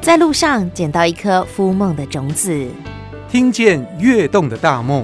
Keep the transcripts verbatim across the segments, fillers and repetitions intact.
在路上捡到一颗孵梦的种子， 听见跃动的大梦。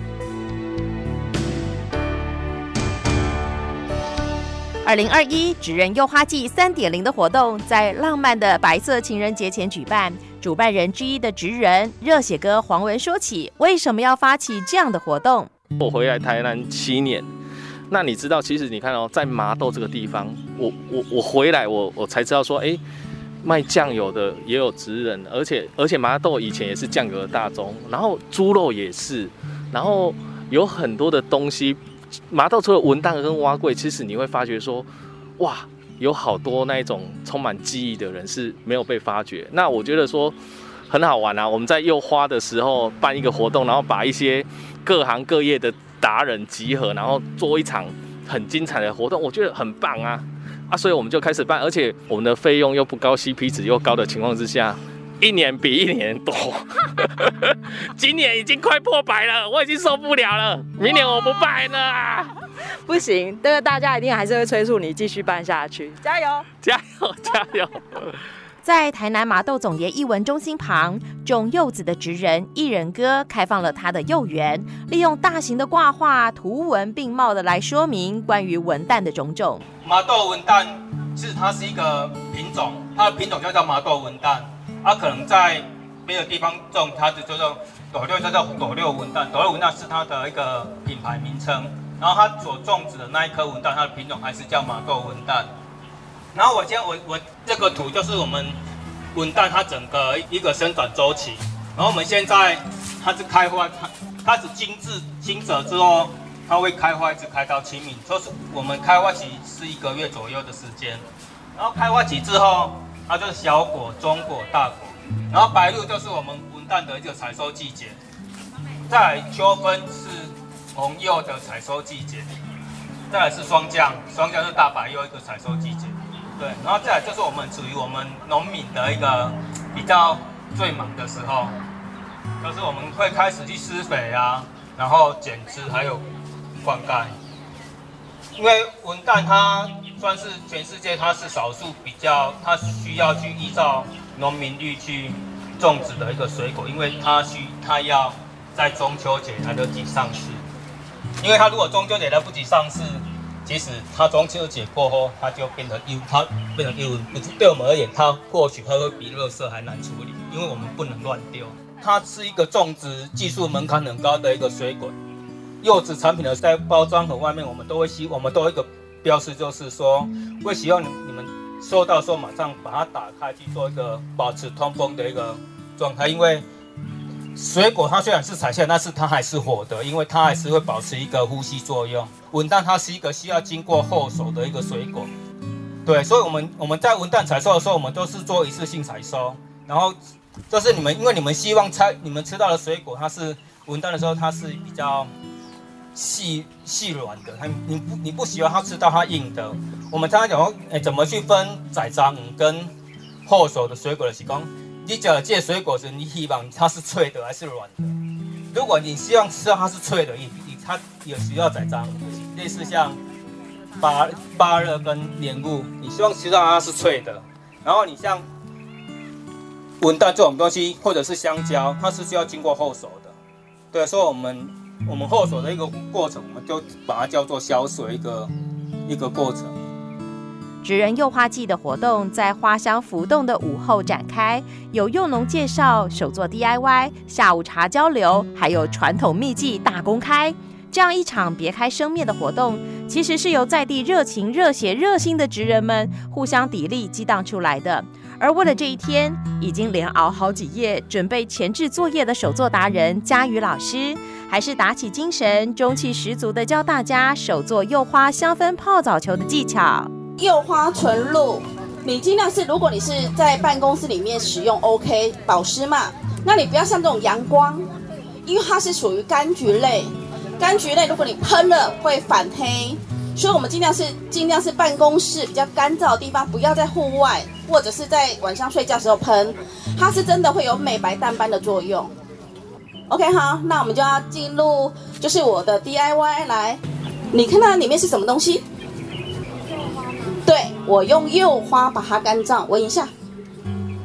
二零二一职人柚花季 三点零 的活动在浪漫的白色情人节前举办。主办人之一的职人热血哥黄文说起，为什么要发起这样的活动？ 我回来台南七年，那你知道，其实你看哦，在麻豆这个地方，我我我回来，我我才知道说，哎，卖酱油的也有职人，而且而且麻豆以前也是酱油的大宗，然后猪肉也是，然后有很多的东西。麻豆除了文旦跟碗粿，其实你会发觉说，哇，有好多那一种充满记忆的人是没有被发掘。那我觉得说很好玩啊，我们在柚花的时候办一个活动，然后把一些各行各业的达人集合，然后做一场很精彩的活动，我觉得很棒啊啊！所以我们就开始办，而且我们的费用又不高 ，C P 值又高的情况之下。一年比一年多，今年已经快破百了，我已经受不了了。明年我不办了啊！ 不行，这个大家一定还是会催促你继续办下去，加油， 加油，加油！ 在台南麻豆总研艺文中心旁，种柚子的职人艺人哥开放了他的柚园，利用大型的挂画、图文并茂的来说明关于文旦的种种。 麻豆文旦是它是一个品种，它的品种就叫麻豆文旦。它、啊、可能在别的地方种，它就叫斗六，叫做斗六文旦。斗六文旦是它的一个品牌名称。然后它所种植的那一颗文旦，它的品种还是叫麻豆文旦。然后我今天我我这个图就是我们文旦它整个一个生长周期。然后我们现在它是开花，它开始精致精折之后，它会开花一直开到清明，就是我们开花期是一个月左右的时间。然后开花期之后。它就是小果、中果、大果，然后白露就是我们文旦的一个采收季节，再来秋分是红柚的采收季节，再来是霜降，霜降是大白柚一个采收季节，对，然后再来就是我们属于我们农民的一个比较最忙的时候，就是我们会开始去施肥啊，然后剪枝还有灌溉，因为文旦它算是全世界，它是少数比较，它需要去依照农民率去种植的一个水果，因为它需它要在中秋节来得及上市，因为它如果中秋节来不及上市，其实它中秋节过后，它就变成优，它变成优，对我们而言，它或许它会比垃圾还难处理，因为我们不能乱丢。它是一个种植技术门槛很高的一个水果，柚子产品的在包装盒外面，我们都会希，我们都有一个标示，就是说会希望你们收到时候马上把它打开去做一个保持通风的一个状态，因为水果它虽然是采下来，但是它还是活的，因为它还是会保持一个呼吸作用。文旦它是一个需要经过后熟的一个水果，对，所以我们我们在文旦采收的时候，我们都是做一次性采收，然后就是你们因为你们希望采你们吃到的水果，它是文旦的时候它是比较细细软的，你不你不喜欢它吃到它硬的。我们常常讲，哎，怎么去分仔章跟后熟的水果的是讲，你讲这水果时，你希望它是脆的还是软的？如果你希望吃到它是脆的，你你它也需要仔章，类似像芭芭乐跟莲雾，你希望吃到它是脆的。然后你像文旦这种东西，或者是香蕉，它是需要经过后熟的。对，所以我们。我们后手的一个过程，我们就把它叫做销水一个一个过程。 职人柚花季的活动在花香浮动的午后展开，有柚农介绍、手作 D I Y、下午茶交流，还有传统秘技大公开。这样一场别开生面的活动，其实是由在地热情、热血、热心的职人们互相砥砺激荡出来的。而为了这一天，已经连熬好几夜准备前置作业的手作达人嘉瑜老师，还是打起精神、中气十足的教大家手做柚花香氛泡澡球的技巧。 柚花纯露，你尽量是，如果你是在办公室里面使用 OK 保湿嘛，那你不要像这种阳光，因为它是属于柑橘类，柑橘类如果你喷了会反黑，所以我们尽量是尽量是办公室比较干燥的地方，不要在户外或者是在晚上睡觉的时候喷，它是真的会有美白淡斑的作用。OK， 好，那我们就要进入就是我的 D I Y 来，你看它里面是什么东西？对，我用柚花把它干燥，闻一下。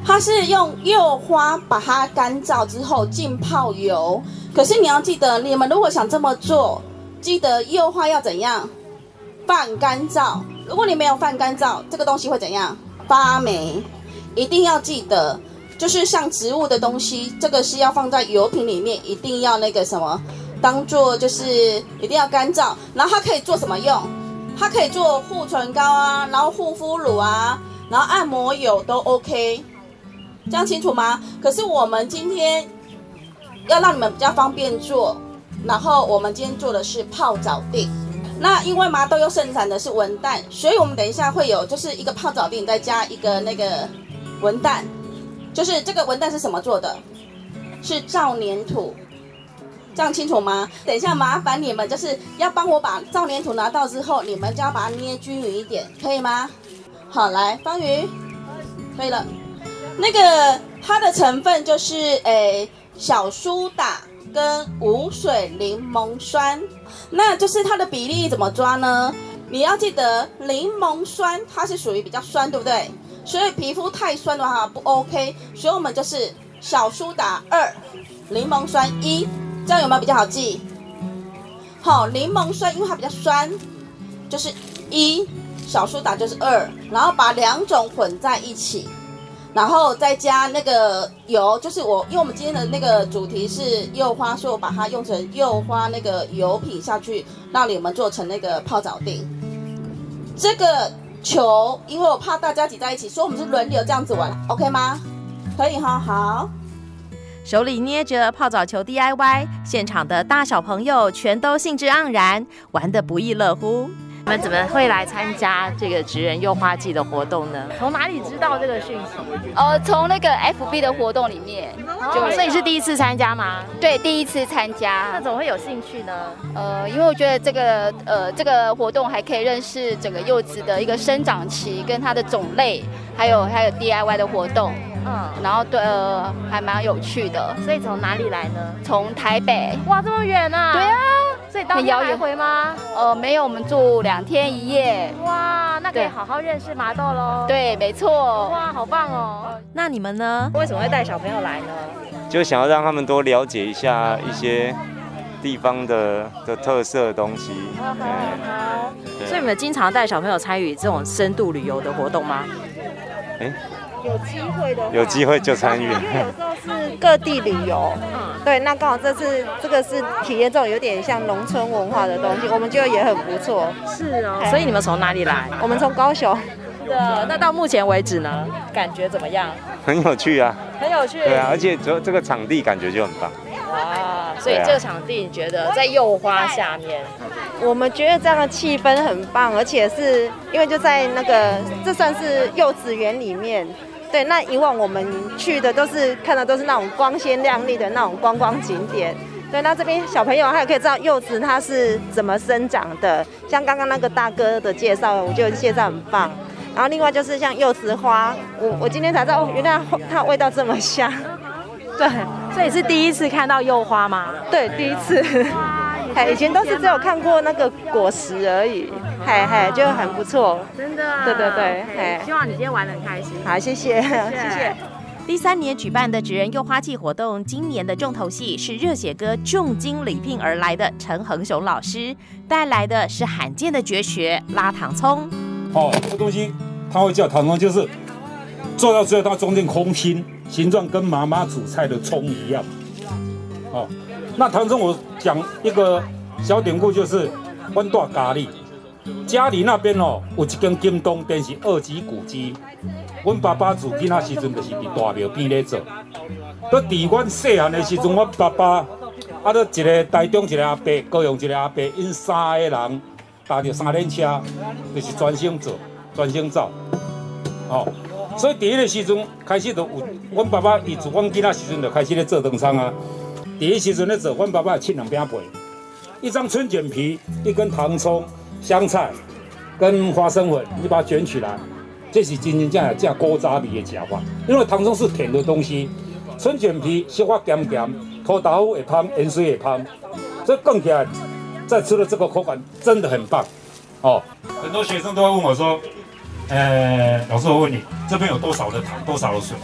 它是用柚花把它干燥之后浸泡油。可是你要记得，你们如果想这么做，记得柚花要怎样？放干燥。如果你没有放干燥，这个东西会怎样？发霉。一定要记得，就是像植物的东西，这个是要放在油品里面，一定要那个什么，当做就是一定要干燥。然后它可以做什么用？它可以做护唇膏啊，然后护肤乳啊，然后按摩油都 OK。这样清楚吗？可是我们今天要让你们比较方便做，然后我们今天做的是泡澡锭。那因为麻豆又盛产的是文旦，所以我们等一下会有就是一个泡澡锭，再加一个那个文旦。就是这个文旦是什么做的？是造粘土。这样清楚吗？等一下麻烦你们就是要帮我把造粘土拿到之后，你们就要把它捏均匀一点，可以吗？好，来，方瑜，可以了。那个它的成分就是诶小苏打跟无水柠檬酸，那就是它的比例怎么抓呢？你要记得柠檬酸它是属于比较酸，对不对？所以皮肤太酸的话不 OK， 所以我们就是小苏打二，柠檬酸一，这样有没有比较好记？好，柠檬酸因为它比较酸，就是一，小苏打就是二，然后把两种混在一起。然后再加那个油，就是我，因为我们今天的那个主题是柚花，所以我把它用成柚花那个油品下去，让你们做成那个泡澡锭。这个球，因为我怕大家挤在一起，所以我们是轮流这样子玩 ，OK 吗？可以哈，好。 手里捏着泡澡球 D I Y， 现场的大小朋友全都兴致盎然，玩得不亦乐乎。 你们怎么会来参加这个职人柚花季的活动呢？从哪里知道这个讯息？ 呃，从那个 F B 的活动里面， 就、哦、所以是第一次参加吗？ 对，第一次参加。 那怎么会有兴趣呢？ 呃，因为我觉得这个呃这个活动还可以认识整个柚子的一个生长期跟它的种类，还有还有 D I Y 的活动。嗯，然后对呃还蛮有趣的。 所以从哪里来呢？ 从台北。 哇，这么远啊！ 对啊。 所以当天来回吗？ 呃，没有，我们住两天一夜。 哇，那可以好好认识麻豆喽。 对，没错。 哇，好棒哦！ 那你们呢？ 为什么会带小朋友来呢？ 就想要让他们多了解一下一些地方的的特色的东西。 好好好。所以你们经常带小朋友参与这种深度旅游的活动吗？ 哎。 有机会的话， 有机会就参与。 因为有时候是各地旅游，嗯，对，那刚好这次这个是体验这种有点像农村文化的东西，我们觉得也很不错。 是哦，所以你们从哪里来？ 我们从高雄。 的，那到目前为止呢，感觉怎么样？ 很有趣啊， 很有趣。 对啊，而且这这个场地感觉就很棒。 哇，所以这个场地你觉得在柚花下面？ 我们觉得这样的气氛很棒，而且是因为就在那个这算是柚子园里面。对，那以往我们去的都是看的都是那种光鲜亮丽的那种观光景点。对，那这边小朋友还有可以知道柚子它是怎么生长的，像刚刚那个大哥的介绍，我觉得介绍很棒。然后另外就是像柚子花，我我今天才知道，哦，原来它味道这么香。对， 所以是第一次看到柚花吗？ 对，第一次。哎，以前都是只有看过那个果实而已，嘿嘿，就很不错。 真的。 对对对， 嘿。希望你今天玩得很开心。 好，谢谢，谢谢。 第三年举办的职人柚花季活动，今年的重头戏是热血哥重金礼聘而来的陈恒雄老师，带来的是罕见的绝学拉糖葱。 哦，这东西它会叫糖葱，就是做到最后它中间空心，形状跟妈妈煮菜的葱一样。哦，那糖葱我讲一个小典故，就是阮住嘉义，嘉义那边哦有一间金东店是二级古迹。阮爸爸自囡仔时阵就是伫大庙边咧做。搁伫阮细汉的时阵，阮爸爸啊，搁一个台中一个阿伯，高雄一个阿伯，因三个人搭着三轮车，就是专心做，专心走。哦，所以第一个时阵开始就有，阮爸爸伊自阮囡仔时阵就开始咧做糖葱啊。第一时阵咧做，阮爸爸切两饼皮，一张春卷皮，一根糖葱、香菜跟花生粉，你把它卷起来。这是真真正正正古早味的吃法，因为糖葱是甜的东西，春卷皮小可咸咸，土豆腐会香，盐水也香，所以更起来，再吃的这个口感真的很棒。哦，很多学生都会问我说，呃，老师我问你，这边有多少的糖，多少的水？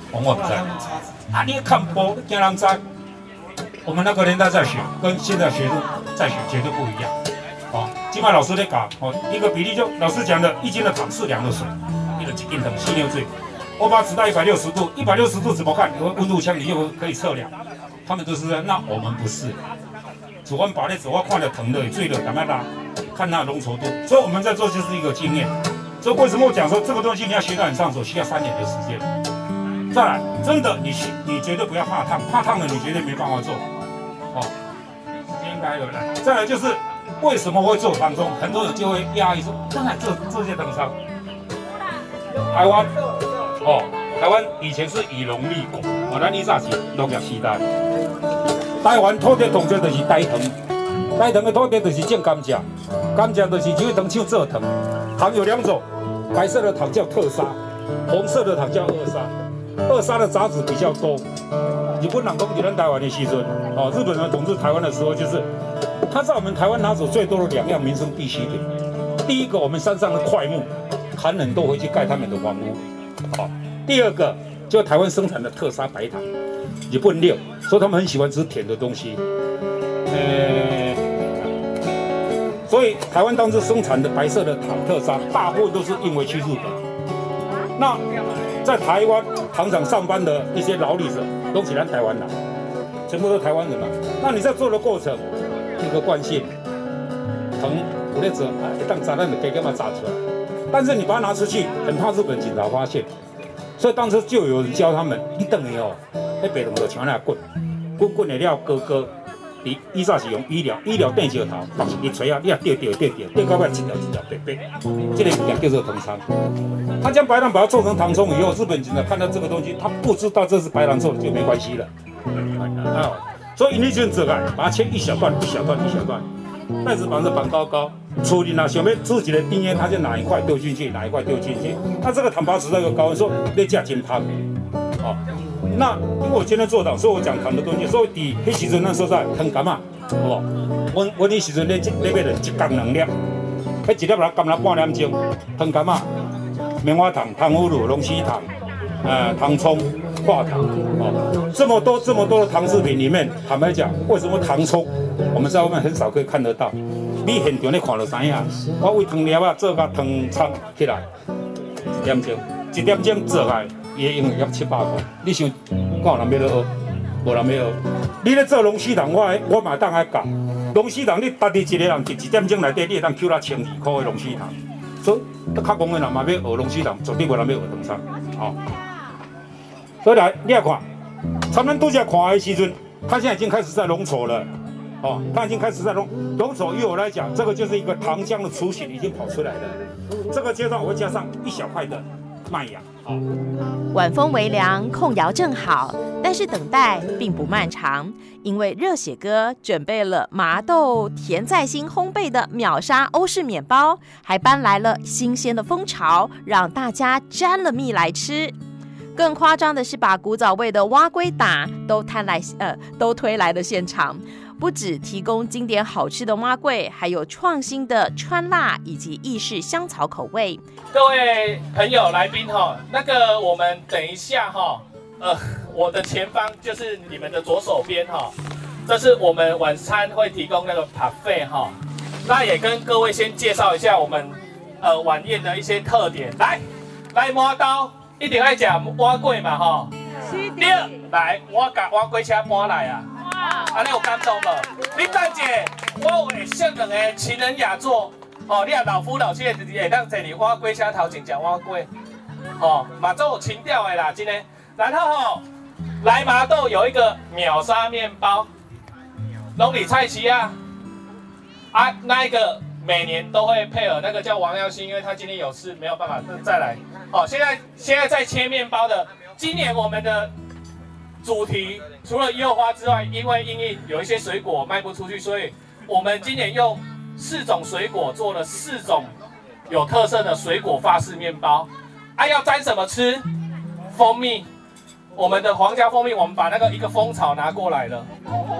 我我不在。啊，你看波，惊人知。我们那个年代在学，跟现在学生在学绝对不一样。哦，今晚老师在讲，哦，一个比例就老师讲的，一斤的糖四两的水，一个一斤等四六水。我把纸到一百六十度，一百六十度怎么看？有温度枪，你就可以测量。他们都是这样，那我们不是。主观把那纸我看了疼的、醉的，赶快拉，看它的浓稠度。所以我们在做就是一个经验。所以为什么我讲说这个东西你要学到很上手，需要三年的时间。再来，真的你你绝对不要怕烫，怕烫的你绝对没办法做。哦，应该有来。再来就是为什么会做当中，很多人就会压抑说，当然这这些糖商，台湾。哦，台湾以前是以农立国，哦，咱以前是农业时代。台湾土地统称就是台糖，台糖的土地就是种甘蔗，甘蔗就是就糖厂做糖。糖有两种，白色的糖叫特砂，红色的糖叫二砂。二砂的杂质比较多。日本人统治咱台湾的时阵，哦，日本人统治台湾的时候，就是他在我们台湾拿走最多的两样民生必需品。第一个，我们山上的檜木，砍很多回去盖他们的房屋。好，第二个就台湾生产的特砂白糖，日本料，所以他们很喜欢吃甜的东西。呃，所以台湾当时生产的白色的糖特砂，大部分都是运回去日本。那在台湾糖厂上班的一些劳力者，都是咱台湾人，全部都是台湾人嘛。那你在做的过程，一个惯性，糖有咧做，一旦炸弹就给给它炸出来。但是你把它拿出去，很怕日本警察发现，所以当时就有人教他们，你等于哦，那白龙就像那棍，棍棍的了哥哥，你以前是用医疗，医疗电石头，但是你锤啊，你也掉掉掉掉，掉到尾一条一条白白，这个物件叫做糖葱。他将白糖把它做成糖葱以后，日本警察看到这个东西，他不知道这是白糖做的就没关系了。啊，所以你就这个，把它切一小段一小段一小段。袋子绑着绑高高，处理呢，想要自己的经验，他就哪一块丢进去，哪一块丢进去。那这个糖把持那个高温，说你加金汤，哦，那因为我今天做糖，所以我讲糖的东西，所以伫迄时阵那所在糖柑啊，哦，我我迄时阵咧咧买了一缸两粒，迄一粒来甘了半点钟，糖柑啊，棉花糖、糖葫芦、龙须糖，呃，糖葱、化糖，哦，这么多这么多的糖制品里面，坦白讲，为什么糖葱？我们在外面很少可以看得到，你现场你看到知影。我为糖粒啊做甲糖葱起来，一点钟，一点钟做来，伊的用约七百块。你想，敢有人要咧学？无人要学。你咧做龙须糖，我我嘛当爱教。龙须糖你家己一个人一点钟内底，你会当捡到千二块的龙须糖。所以，较戆的人嘛要学龙须糖，绝对无人要学糖葱。哦，所以来你来看，咱们拄则看的时阵，它现在已经开始在浓稠了。哦，它已经开始在浓浓稠。于我来讲，这个就是一个糖浆的雏形已经跑出来了。这个阶段我会加上一小块的麦芽。哦， 晚风微凉，控窑正好，但是等待并不漫长，因为热血哥准备了麻豆甜在心烘焙的秒杀欧式面包，还搬来了新鲜的蜂巢，让大家沾了蜜来吃。更夸张的是，把古早味的蛙龟打都摊来呃都推来了现场。不只提供经典好吃的蛙桂，还有创新的川辣以及意式香草口味。 各位朋友来宾哈，那个我们等一下哈，呃，我的前方就是你们的左手边哈，这是我们晚餐会提供那个 buffet 哈。那也跟各位先介绍一下我们呃晚宴的一些特点。来，来磨刀，一定爱讲蛙桂嘛哈。第二，来我把蛙桂车搬来啊。安尼有感动无？你等一下，我会设两个情人雅座，哦，你啊老夫老妻会当坐伫我龟车头前食我龟，哦，嘛做有情调的啦，真的。然后吼、哦，来麻豆有一个秒杀面包，龙里菜市啊，啊那一个每年都会配合那个叫王耀新，因为他今天有事没有办法再来。哦，现在现在在切面包的，今年我们的主题除了柚花之外，因为因应有一些水果卖不出去，所以我们今年用四种水果做了四种有特色的水果法式面包。啊，要沾什么吃？蜂蜜，我们的皇家蜂蜜，我们把那个一个蜂巢拿过来了。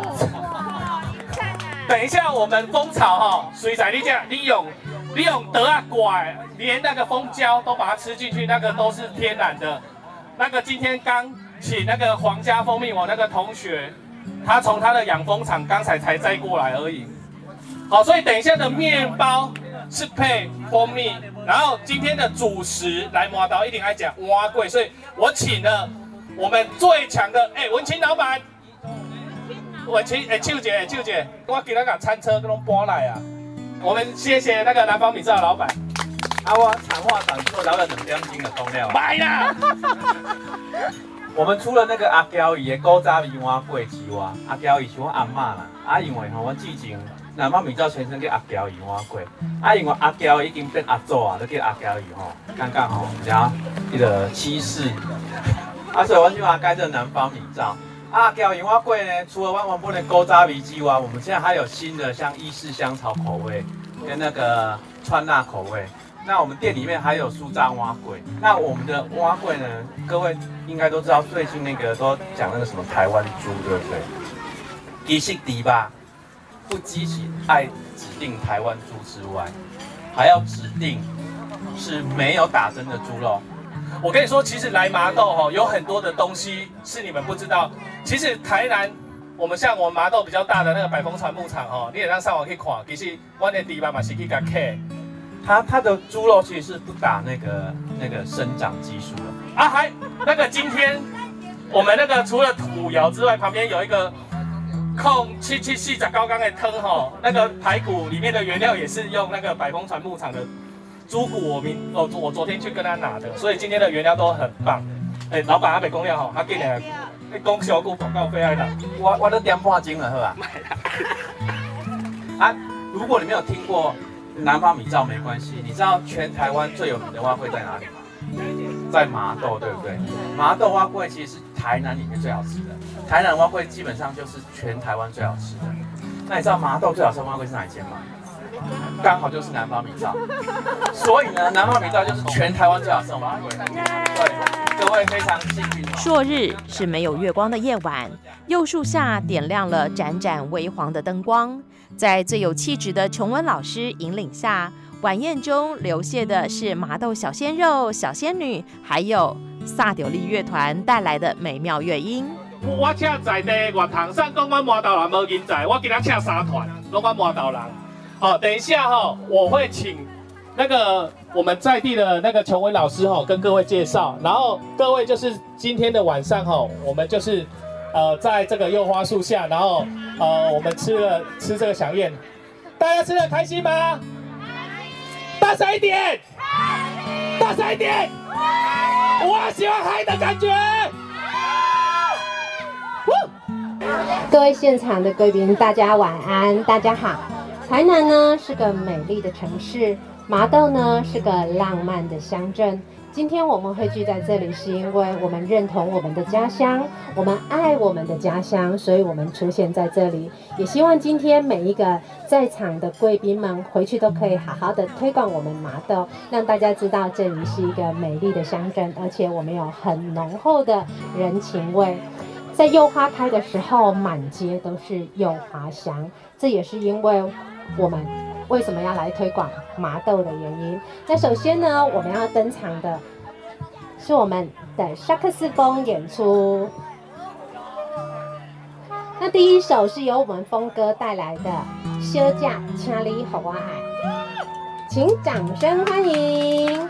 等一下，我们蜂巢哈，水仔你讲，你用你用得啊拐，连那个蜂胶都把它吃进去，那个都是天然的。 那个今天刚请那个皇家蜂蜜我那个同学，他从他的养蜂场刚才才摘过来而已。好，所以等一下的面包是配蜂蜜，然后今天的主食来麻豆一定爱讲蛙粿，所以我请了我们最强的哎、欸、文清老板。文清哎，秋姐秋姐，我给那个餐车都搬来啊。我们谢谢那个南方米兆老板。 啊，我长话短说，聊了两点钟的公料。 买啦！ 我们除了那个阿娇伊的古早米碗粿之外，阿娇伊是我阿嬷啦。啊，因为吼我之前南方米兆全称叫阿娇伊碗粿，啊，因为阿娇已经变阿祖啊，都叫阿娇伊吼，刚刚吼然后一个七世，啊，所以我就把它改成南方米兆。阿娇伊碗粿呢，除了我原本的古早米之外，我们现在还有新的，像意式香草口味跟那个川辣口味。那我们店里面还有酥炸碗粿。那我们的碗粿呢，各位应该都知道，最近那个都讲那个什么台湾猪，对不对？其实猪吧，不只是爱指定台湾猪之外，还要指定是没有打针的猪肉。 我跟你说，其实来麻豆哈，有很多的东西是你们不知道。其实台南，我们像我们麻豆比较大的那个百丰船牧场哦，你也让上网去看，其实我的猪肉嘛是去甲客。 它它的猪肉其实是不打那个那个生长激素的啊，还那个今天我们那个除了土窑之外，旁边有一个控七七四十高缸的汤哈，那个排骨里面的原料也是用那个百丰船牧场的猪骨，我明哦我昨天去跟他拿的，所以今天的原料都很棒。哎、欸，老板阿北公料哈，他给你你讲小股广告费爱啦， 我我都点半斤了，好吧？啊，如果你没有听过南方米兆没关系，你知道全台湾最有名的碗粿在哪里吗？在麻豆，对不对？麻豆碗粿其实是台南里面最好吃的，台南碗粿基本上就是全台湾最好吃的。那你知道麻豆最好吃的碗粿是哪一间吗？刚好就是南方米兆，所以呢，南方米兆就是全台湾最好吃的碗粿。对，各位非常幸运。 朔日是没有月光的夜晚，柚树下点亮了盏盏微黄的灯光，在最有气质的琼文老师引领下，晚宴中流泻的是麻豆小鲜肉、小仙女，还有萨丢利乐团带来的美妙乐音。 我请在地乐堂，上讲我麻豆人无人才，我今仔请三团，拢我麻豆人。好，等一下哈，我会请那个我们在地的那个琼文老师哈，跟各位介绍。然后各位就是今天的晚上哈，我们就是呃在这个柚花树下，然后呃我们吃了吃这个飨宴，大家吃得开心吗？大声一点，大声一点，我喜欢嗨的感觉。 各位现场的贵宾，大家晚安，大家好。台南呢是个美丽的城市，麻豆呢是个浪漫的乡镇。今天我们会聚在这里，是因为我们认同我们的家乡，我们爱我们的家乡，所以我们出现在这里。也希望今天每一个在场的贵宾们回去都可以好好的推广我们麻豆，让大家知道这里是一个美丽的乡镇，而且我们有很浓厚的人情味。在柚花开的时候，满街都是柚花香，这也是因为我们为什么要来推广麻豆的原因。那首先呢，我们要登场的是我们的萨克斯风演出。那第一首是由我们峰哥带来的《小姐请你给我爱》，请掌声欢迎。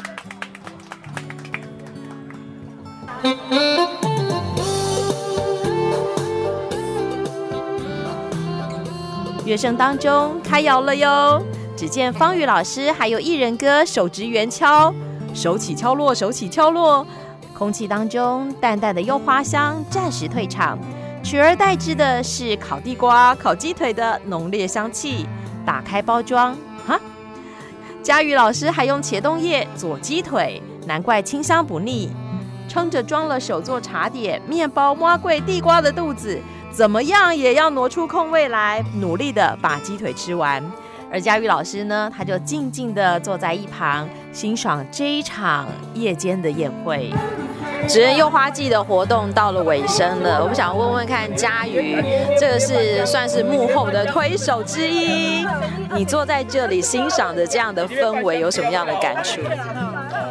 乐声当中开摇了哟，只见方宇老师还有艺人哥手执圆敲，手起敲落，手起敲落，空气当中淡淡的柚花香暂时退场，取而代之的是烤地瓜、烤鸡腿的浓烈香气。打开包装，哈，佳宇老师还用茄冬叶佐鸡腿，难怪清香不腻。撑着装了手做茶点、面包、碗粿、地瓜的肚子，怎么样也要挪出空位来，努力的把鸡腿吃完。而佳宇老师呢，他就静静的坐在一旁，欣赏这一场夜间的宴会。 职人柚花季的活动到了尾声了，我们想问问看佳瑜，这个是算是幕后的推手之一，你坐在这里欣赏的这样的氛围，有什么样的感触？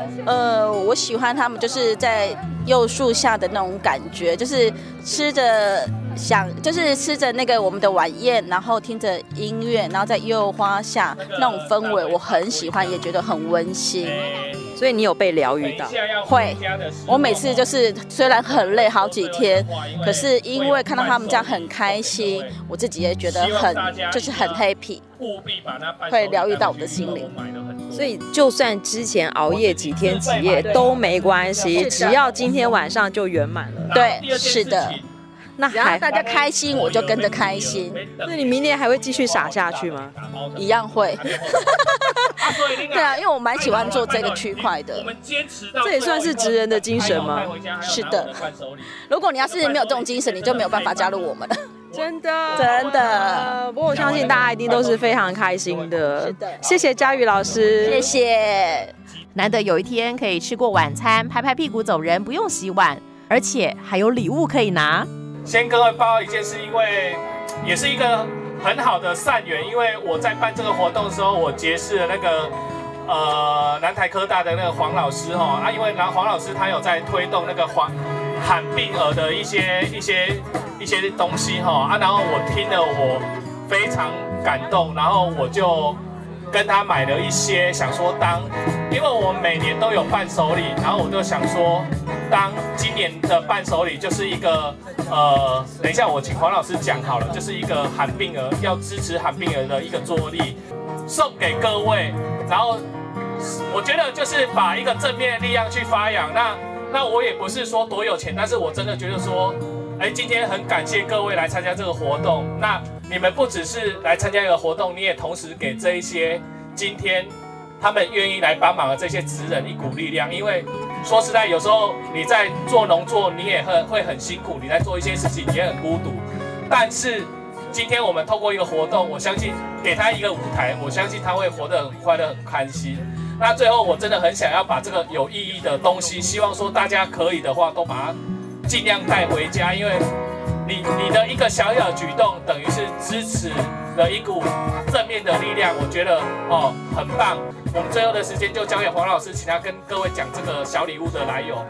呃，我喜欢他们就是在柚树下的那种感觉，就是吃着想，就是吃着那个我们的晚宴，然后听着音乐，然后在柚花下那种氛围，我很喜欢，也觉得很温馨。 所以你有被疗愈到？ 会，我每次就是虽然很累好几天，可是因为看到他们这样很开心，我自己也觉得很就是很 happy， 会疗愈到我的心灵。 所以就算之前熬夜几天几夜都没关系，只要今天晚上就圆满了。 对，是的。 那只要大家开心，我就跟着开心。 那你明年还会继续傻下去吗？ 一样会。对啊，因为我蛮喜欢做这个区块的。 这也算是职人的精神吗？ 是的。如果你要是没有这种精神，你就没有办法加入我们了。 真的， 真的。 不过我相信大家一定都是非常开心的。是的。谢谢佳瑜老师。 谢谢。 难得有一天可以吃过晚餐，拍拍屁股走人，不用洗碗，而且还有礼物可以拿。 先跟各位报告一件事，因为也是一个很好的善缘，因为我在办这个活动的时候，我结识了那个呃南台科大的那个黄老师哈啊，因为然后黄老师他有在推动那个黄罕病儿的一些一些一些东西哈啊，然后我听了我非常感动，然后我就跟他买了一些，想说当，因为我们每年都有伴手礼，然后我就想说，当今年的伴手礼就是一个，呃，等一下我请黄老师讲好了，就是一个罕病儿要支持罕病儿的一个桌历，送给各位，然后我觉得就是把一个正面的力量去发扬。那那我也不是说多有钱，但是我真的觉得说，哎，今天很感谢各位来参加这个活动。那你们不只是来参加一个活动，你也同时给这一些今天他们愿意来帮忙的这些职人一股力量。因为说实在，有时候你在做农作，你也很会很辛苦，你在做一些事情，你也很孤独。但是今天我们透过一个活动，我相信给他一个舞台，我相信他会活得很快乐、很开心。那最后我真的很想要把这个有意义的东西，希望说大家可以的话，都把它尽量带回家，因为你你的一个小小的举动，等于是支持了一股正面的力量，我觉得哦很棒。我们最后的时间就交给黄老师，请他跟各位讲这个小礼物的来由。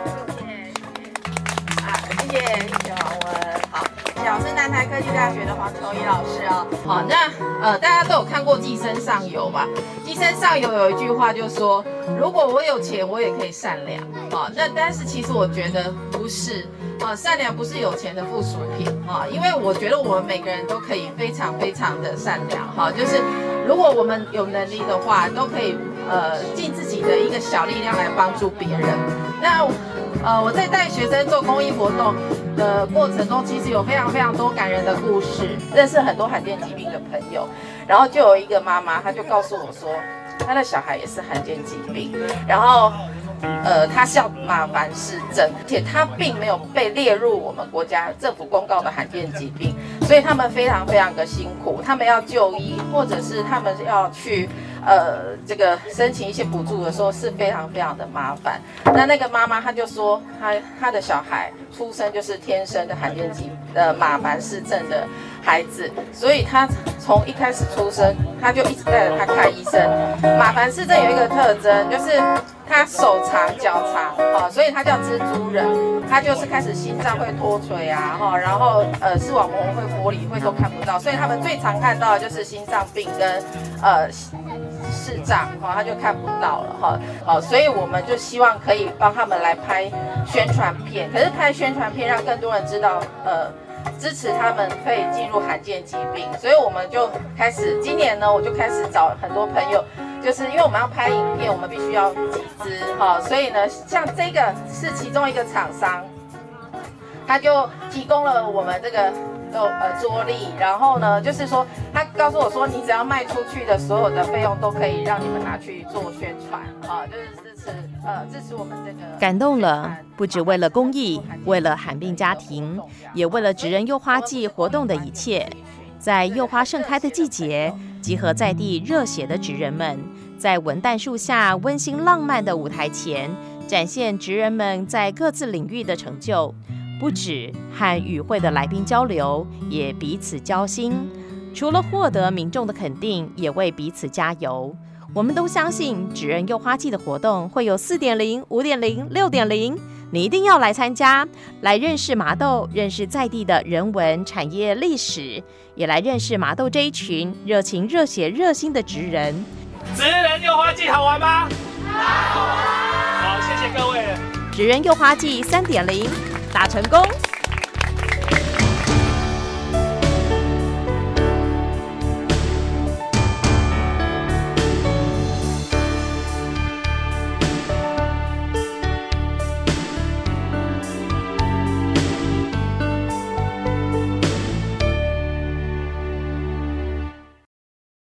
啊，谢谢谢谢黄文，好，我是南台科技大学的黄秋怡老师哦。好，那呃大家都有看过《寄生上游》吧？《寄生上游》有一句话就说，如果我有钱，我也可以善良。好，那但是其实我觉得不是。啊，善良不是有钱的附属品啊，因为我觉得我们每个人都可以非常非常的善良哈，就是如果我们有能力的话，都可以呃尽自己的一个小力量来帮助别人。那呃我在带学生做公益活动的过程中，其实有非常非常多感人的故事，认识很多罕见疾病的朋友，然后就有一个妈妈，她就告诉我说，她的小孩也是罕见疾病，然后。呃，他是要马凡氏症，而且他并没有被列入我们国家政府公告的罕见疾病，所以他们非常非常的辛苦，他们要就医，或者是他们要去呃这个申请一些补助的时候是非常非常的麻烦。那那个妈妈她就说，她她的小孩出生就是天生的罕见疾呃马凡氏症的孩子，所以他从一开始出生，他就一直带着他看医生。马凡氏症有一个特征，就是他手长脚长，哦，所以他叫蜘蛛人。他就是开始心脏会脱垂啊，哈，然后呃视网膜会剥离，会都看不到，所以他们最常看到的就是心脏病跟呃视障，哈，他就看不到了，哈，好，所以我们就希望可以帮他们来拍宣传片，可是拍宣传片让更多人知道，呃。支持他们可以进入罕见疾病，所以我们就开始，今年呢，我就开始找很多朋友，就是因为我们要拍影片，我们必须要集资哈，所以呢，像这个是其中一个厂商，他就提供了我们这个呃桌历，然后呢，就是说他告诉我说，你只要卖出去的所有的费用都可以让你们拿去做宣传啊，就是支持呃支持我们这个。 感动了，不只为了公益，为了罕病家庭，也为了职人柚花季活动的一切。在柚花盛开的季节，集合在地热血的职人们，在文旦树下温馨浪漫的舞台前，展现职人们在各自领域的成就。不止和与会的来宾交流，也彼此交心。除了获得民众的肯定，也为彼此加油。 我们都相信职人柚花季的活动会有 四点零、五点零、六点零，你一定要来参加，来认识麻豆，认识在地的人文、产业、历史，也来认识麻豆这一群热情、热血、热心的职人。 职人柚花季好玩吗？好玩！好，谢谢各位。 职人柚花季 三点零 大成功。